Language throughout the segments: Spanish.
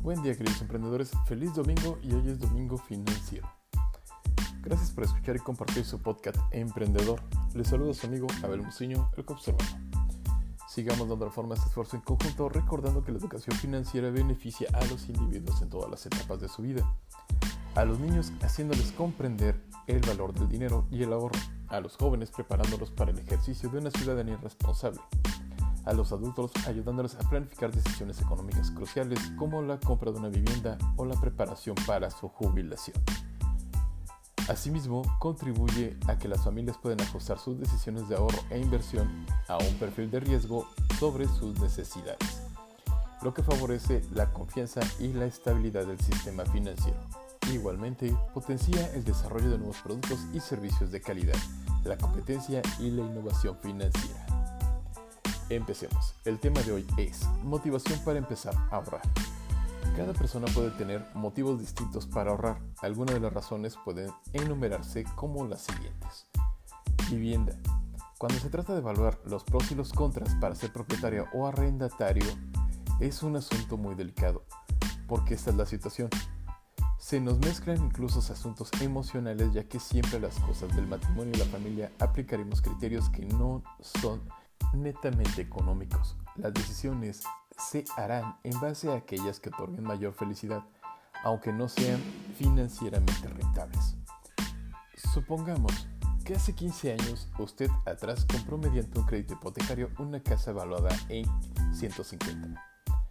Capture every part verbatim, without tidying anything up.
Buen día, queridos emprendedores, feliz domingo y hoy es domingo financiero. Gracias por escuchar y compartir su podcast Emprendedor. Les saluda su amigo Abel Muciño, el Cobservador. Sigamos dando forma a este esfuerzo en conjunto, recordando que la educación financiera beneficia a los individuos en todas las etapas de su vida. A los niños haciéndoles comprender el valor del dinero y el ahorro. A los jóvenes preparándolos para el ejercicio de una ciudadanía responsable. A los adultos ayudándoles a planificar decisiones económicas cruciales como la compra de una vivienda o la preparación para su jubilación. Asimismo, contribuye a que las familias puedan ajustar sus decisiones de ahorro e inversión a un perfil de riesgo sobre sus necesidades, lo que favorece la confianza y la estabilidad del sistema financiero. Igualmente, potencia el desarrollo de nuevos productos y servicios de calidad, la competencia y la innovación financiera. Empecemos. El tema de hoy es motivación para empezar a ahorrar. Cada persona puede tener motivos distintos para ahorrar. Algunas de las razones pueden enumerarse como las siguientes. Vivienda. Cuando se trata de evaluar los pros y los contras para ser propietario o arrendatario, es un asunto muy delicado, porque esta es la situación. Se nos mezclan incluso asuntos emocionales, ya que siempre las cosas del matrimonio y la familia aplicaremos criterios que no son netamente económicos. Las decisiones se harán en base a aquellas que otorguen mayor felicidad, aunque no sean financieramente rentables. Supongamos que hace quince años usted atrás compró mediante un crédito hipotecario una casa valuada en ciento cincuenta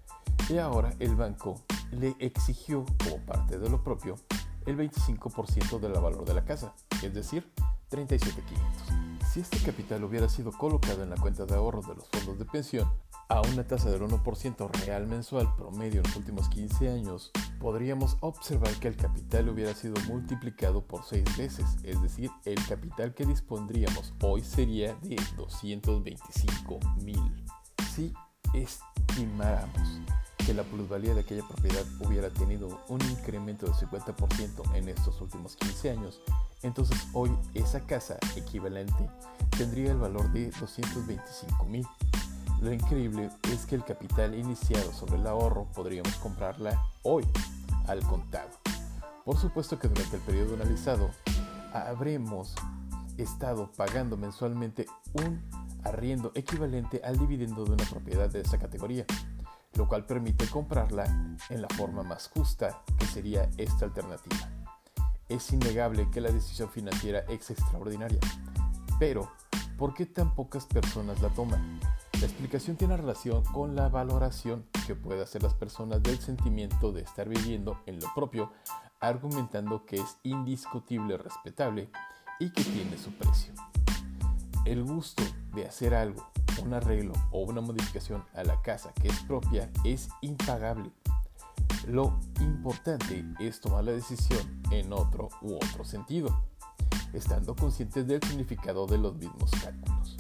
y ahora el banco le exigió como parte de lo propio el veinticinco por ciento del valor de la casa, es decir, treinta y siete mil quinientos. Si este capital hubiera sido colocado en la cuenta de ahorros de los fondos de pensión a una tasa del uno por ciento real mensual promedio en los últimos quince años, podríamos observar que el capital hubiera sido multiplicado por seis veces, es decir, el capital que dispondríamos hoy sería de doscientos veinticinco mil. Si estimáramos que la plusvalía de aquella propiedad hubiera tenido un incremento del cincuenta por ciento en estos últimos quince años, entonces hoy esa casa equivalente tendría el valor de doscientos veinticinco mil. Lo increíble es que el capital iniciado sobre el ahorro podríamos comprarla hoy al contado. Por supuesto que durante el periodo analizado habremos estado pagando mensualmente un arriendo equivalente al dividendo de una propiedad de esa categoría, lo cual permite comprarla en la forma más justa, que sería esta alternativa. Es innegable que la decisión financiera es extraordinaria, pero ¿por qué tan pocas personas la toman? La explicación tiene relación con la valoración que pueden hacer las personas del sentimiento de estar viviendo en lo propio, argumentando que es indiscutible, respetable y que tiene su precio. El gusto de hacer algo, un arreglo o una modificación a la casa que es propia es impagable. Lo importante es tomar la decisión en otro u otro sentido, estando conscientes del significado de los mismos cálculos.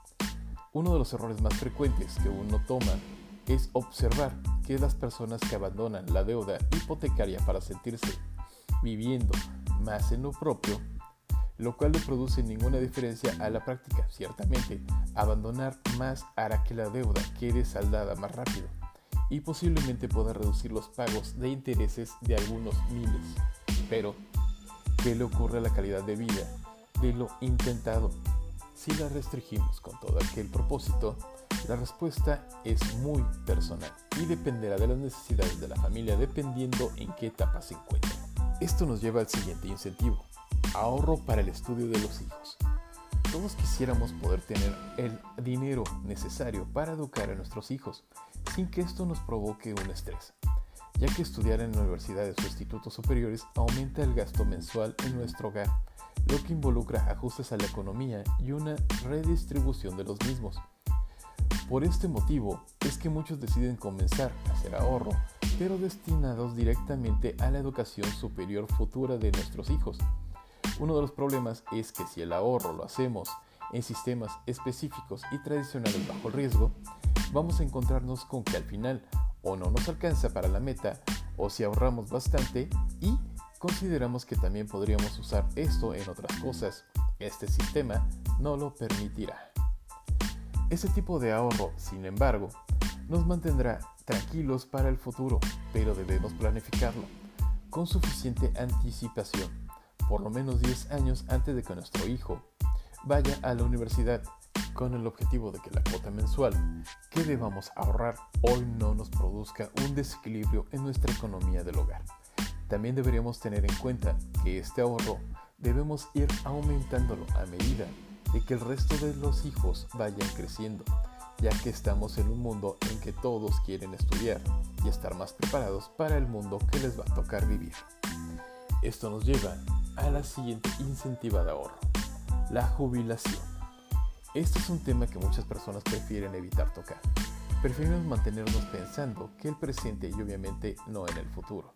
Uno de los errores más frecuentes que uno toma es observar que las personas que abandonan la deuda hipotecaria para sentirse viviendo más en lo propio, lo cual no produce ninguna diferencia a la práctica. Ciertamente, abandonar más hará que la deuda quede saldada más rápido y posiblemente pueda reducir los pagos de intereses de algunos miles. Pero, ¿qué le ocurre a la calidad de vida de lo intentado? Si la restringimos con todo aquel propósito, la respuesta es muy personal y dependerá de las necesidades de la familia dependiendo en qué etapa se encuentre. Esto nos lleva al siguiente incentivo: ahorro para el estudio de los hijos. Todos quisiéramos poder tener el dinero necesario para educar a nuestros hijos sin que esto nos provoque un estrés, ya que estudiar en universidades o institutos superiores aumenta el gasto mensual en nuestro hogar, lo que involucra ajustes a la economía y una redistribución de los mismos. Por este motivo es que muchos deciden comenzar a hacer ahorro, pero destinados directamente a la educación superior futura de nuestros hijos. Uno de los problemas es que si el ahorro lo hacemos en sistemas específicos y tradicionales bajo riesgo, vamos a encontrarnos con que al final o no nos alcanza para la meta, o si ahorramos bastante y consideramos que también podríamos usar esto en otras cosas, este sistema no lo permitirá. Ese tipo de ahorro, sin embargo, nos mantendrá tranquilos para el futuro, pero debemos planificarlo con suficiente anticipación, por lo menos diez años antes de que nuestro hijo vaya a la universidad, con el objetivo de que la cuota mensual que debamos ahorrar hoy no nos produzca un desequilibrio en nuestra economía del hogar. También deberíamos tener en cuenta que este ahorro debemos ir aumentándolo a medida de que el resto de los hijos vayan creciendo, ya que estamos en un mundo en que todos quieren estudiar y estar más preparados para el mundo que les va a tocar vivir. Esto nos lleva a la siguiente incentiva de ahorro, la jubilación. Este es un tema que muchas personas prefieren evitar tocar. Preferimos mantenernos pensando que el presente y obviamente no en el futuro,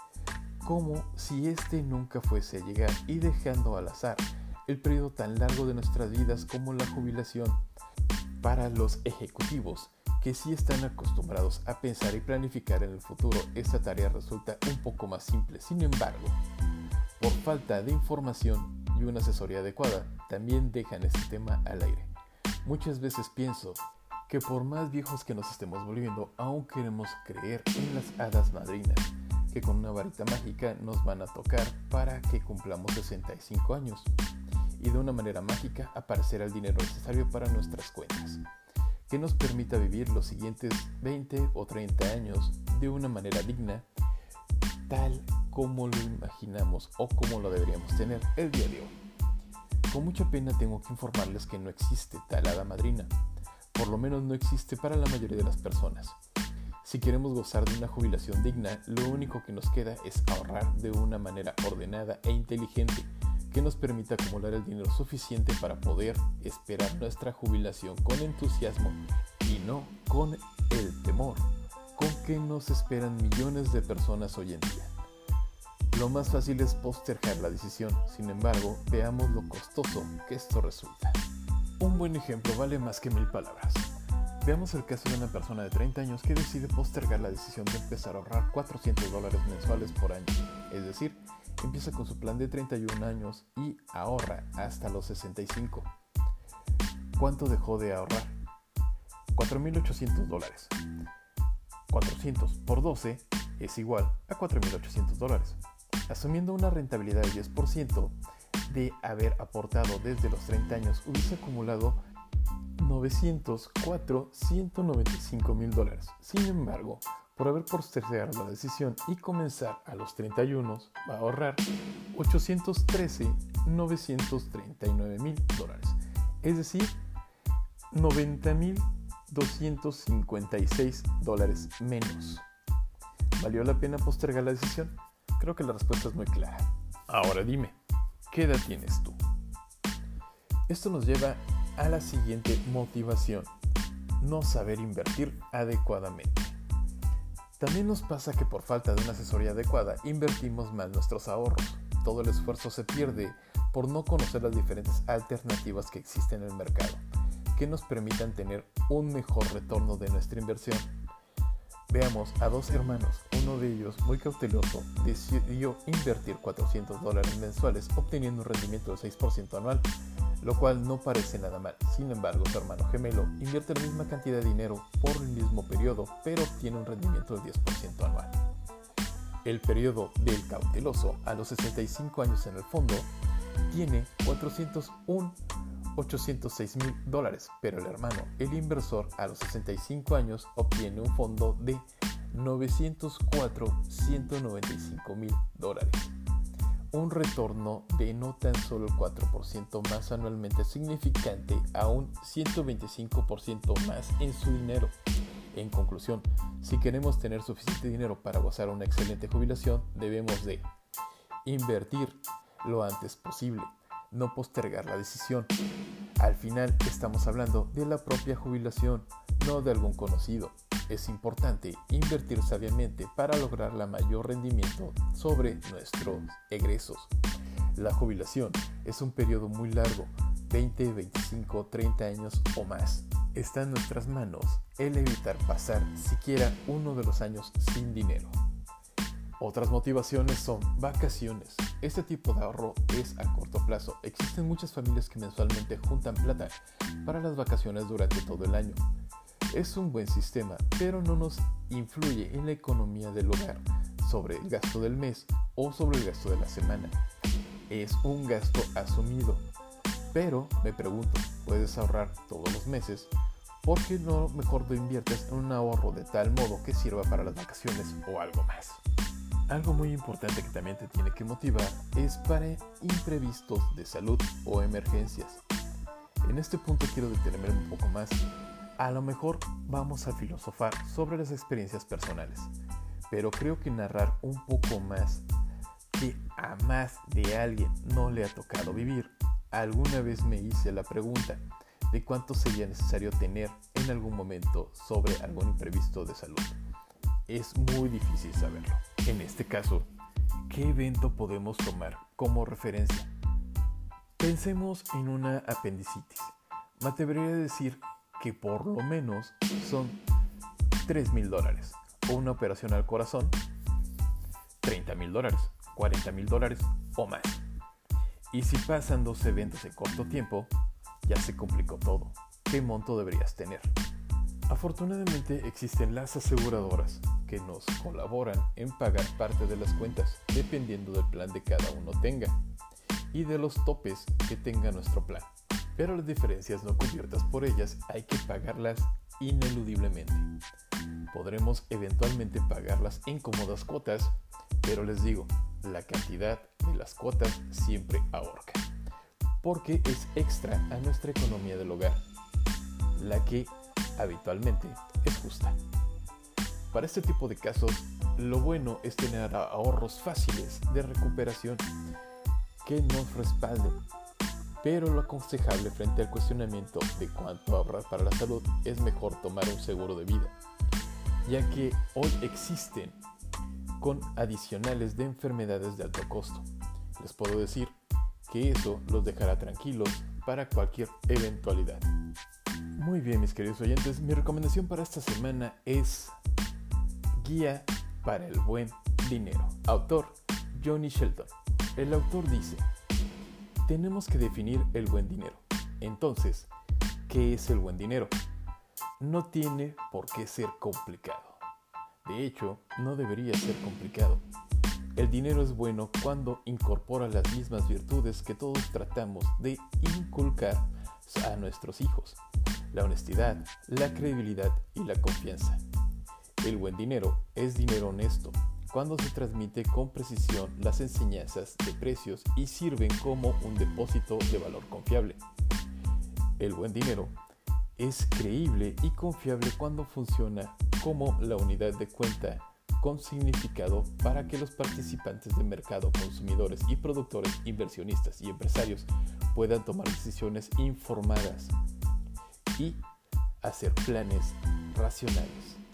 como si este nunca fuese a llegar, y dejando al azar el periodo tan largo de nuestras vidas como la jubilación. Para los ejecutivos que sí están acostumbrados a pensar y planificar en el futuro, esta tarea resulta un poco más simple. Sin embargo, por falta de información y una asesoría adecuada, también dejan este tema al aire. Muchas veces pienso que por más viejos que nos estemos volviendo, aún queremos creer en las hadas madrinas, que con una varita mágica nos van a tocar para que cumplamos sesenta y cinco años y de una manera mágica aparecerá el dinero necesario para nuestras cuentas, que nos permita vivir los siguientes veinte o treinta años de una manera digna, tal como lo imaginamos o como lo deberíamos tener el día de hoy. Con mucha pena tengo que informarles que no existe tal hada madrina, por lo menos no existe para la mayoría de las personas. Si queremos gozar de una jubilación digna, lo único que nos queda es ahorrar de una manera ordenada e inteligente, que nos permita acumular el dinero suficiente para poder esperar nuestra jubilación con entusiasmo y no con el temor con que nos esperan millones de personas hoy en día. Lo más fácil es postergar la decisión, sin embargo, veamos lo costoso que esto resulta. Un buen ejemplo vale más que mil palabras. Veamos el caso de una persona de treinta años que decide postergar la decisión de empezar a ahorrar cuatrocientos dólares mensuales por año, es decir, empieza con su plan de treinta y un años y ahorra hasta los sesenta y cinco. ¿Cuánto dejó de ahorrar? cuatro mil ochocientos dólares. cuatrocientos por doce es igual a cuatro mil ochocientos dólares. Asumiendo una rentabilidad del diez por ciento de haber aportado desde los treinta años, hubiese acumulado novecientos cuatro mil ciento noventa y cinco mil dólares. Sin embargo, por haber postergado la decisión y comenzar a los treinta y uno, va a ahorrar ochocientos trece mil novecientos treinta y nueve mil dólares, es decir, noventa mil doscientos cincuenta y seis dólares menos. ¿Valió la pena postergar la decisión? Creo que la respuesta es muy clara. Ahora dime, ¿qué edad tienes tú? Esto nos lleva a la siguiente motivación: no saber invertir adecuadamente. También nos pasa que por falta de una asesoría adecuada invertimos mal nuestros ahorros. Todo el esfuerzo se pierde por no conocer las diferentes alternativas que existen en el mercado, que nos permitan tener un mejor retorno de nuestra inversión. Veamos a dos hermanos. Uno de ellos, muy cauteloso, decidió invertir cuatrocientos dólares mensuales, obteniendo un rendimiento del seis por ciento anual, lo cual no parece nada mal. Sin embargo, su hermano gemelo invierte la misma cantidad de dinero por el mismo periodo, pero obtiene un rendimiento del diez por ciento anual. El periodo del cauteloso, a los sesenta y cinco años en el fondo, tiene cuatrocientos un mil ochocientos seis mil dólares, pero el hermano, el inversor, a los sesenta y cinco años obtiene un fondo de novecientos cuatro mil ciento noventa y cinco mil dólares. Un retorno de no tan solo el cuatro por ciento más anualmente, significante a un ciento veinticinco por ciento más en su dinero. En conclusión, si queremos tener suficiente dinero para gozar una excelente jubilación, debemos de invertir lo antes posible, no postergar la decisión. Al final estamos hablando de la propia jubilación, no de algún conocido. Es importante invertir sabiamente para lograr el mayor rendimiento sobre nuestros egresos. La jubilación es un periodo muy largo, veinte, veinticinco, treinta años o más. Está en nuestras manos el evitar pasar siquiera uno de los años sin dinero. Otras motivaciones son vacaciones. Este tipo de ahorro es a corto plazo. Existen muchas familias que mensualmente juntan plata para las vacaciones durante todo el año. Es un buen sistema, pero no nos influye en la economía del hogar, sobre el gasto del mes o sobre el gasto de la semana. Es un gasto asumido. Pero me pregunto, ¿puedes ahorrar todos los meses? ¿Por qué no mejor lo inviertes en un ahorro de tal modo que sirva para las vacaciones o algo más? Algo muy importante que también te tiene que motivar es para imprevistos de salud o emergencias. En este punto quiero detenerme un poco más. A lo mejor vamos a filosofar sobre las experiencias personales, pero creo que narrar un poco más que a más de alguien no le ha tocado vivir. Alguna vez me hice la pregunta de cuánto sería necesario tener en algún momento sobre algún imprevisto de salud. Es muy difícil saberlo. En este caso, ¿qué evento podemos tomar como referencia? Pensemos en una apendicitis. Me atrevería a decir que por lo menos son tres mil dólares. O una operación al corazón, treinta mil dólares, cuarenta mil dólares o más. Y si pasan dos eventos en corto tiempo, ya se complicó todo. ¿Qué monto deberías tener? Afortunadamente existen las aseguradoras que nos colaboran en pagar parte de las cuentas, dependiendo del plan que cada uno tenga y de los topes que tenga nuestro plan. Pero las diferencias no cubiertas por ellas hay que pagarlas ineludiblemente. Podremos eventualmente pagarlas en cómodas cuotas, pero les digo, la cantidad de las cuotas siempre ahorca, porque es extra a nuestra economía del hogar, la que habitualmente es justa. Para este tipo de casos, lo bueno es tener ahorros fáciles de recuperación que nos respalden, pero lo aconsejable frente al cuestionamiento de cuánto ahorrar para la salud es mejor tomar un seguro de vida, ya que hoy existen con adicionales de enfermedades de alto costo. Les puedo decir que eso los dejará tranquilos para cualquier eventualidad. Muy bien, mis queridos oyentes, mi recomendación para esta semana es Guía para el Buen Dinero. Autor Johnny Shelton. El autor dice: tenemos que definir el buen dinero. Entonces, ¿qué es el buen dinero? No tiene por qué ser complicado. De hecho, no debería ser complicado. El dinero es bueno cuando incorpora las mismas virtudes que todos tratamos de inculcar a nuestros hijos: la honestidad, la credibilidad y la confianza. El buen dinero es dinero honesto cuando se transmite con precisión las enseñanzas de precios y sirven como un depósito de valor confiable. El buen dinero es creíble y confiable cuando funciona como la unidad de cuenta con significado para que los participantes del mercado, consumidores y productores, inversionistas y empresarios puedan tomar decisiones informadas y hacer planes racionales.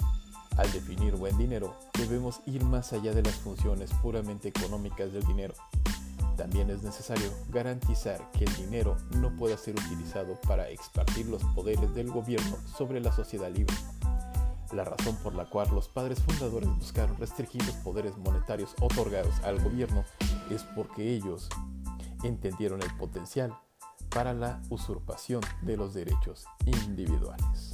Al definir buen dinero, debemos ir más allá de las funciones puramente económicas del dinero. También es necesario garantizar que el dinero no pueda ser utilizado para expandir los poderes del gobierno sobre la sociedad libre. La razón por la cual los padres fundadores buscaron restringir los poderes monetarios otorgados al gobierno es porque ellos entendieron el potencial para la usurpación de los derechos individuales.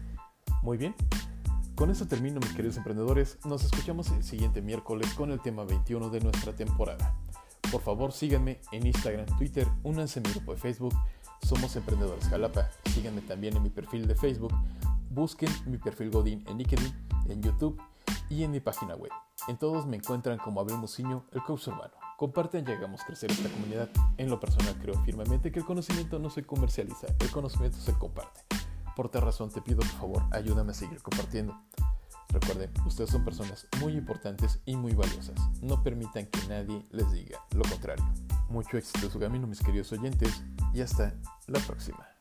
Muy bien, con eso termino, mis queridos emprendedores. Nos escuchamos el siguiente miércoles con el tema veintiuno de nuestra temporada. Por favor, síganme en Instagram, Twitter, únanse a mi grupo de Facebook, Somos Emprendedores Jalapa. Síganme también en mi perfil de Facebook, busquen mi perfil Godín en LinkedIn, en YouTube y en mi página web. En todos me encuentran como Abel Muciño, el coach urbano. Comparten y hagamos crecer esta comunidad. En lo personal creo firmemente que el conocimiento no se comercializa, el conocimiento se comparte. Por tal razón te pido, por favor, ayúdame a seguir compartiendo. Recuerden, ustedes son personas muy importantes y muy valiosas. No permitan que nadie les diga lo contrario. Mucho éxito en su camino, mis queridos oyentes, y hasta la próxima.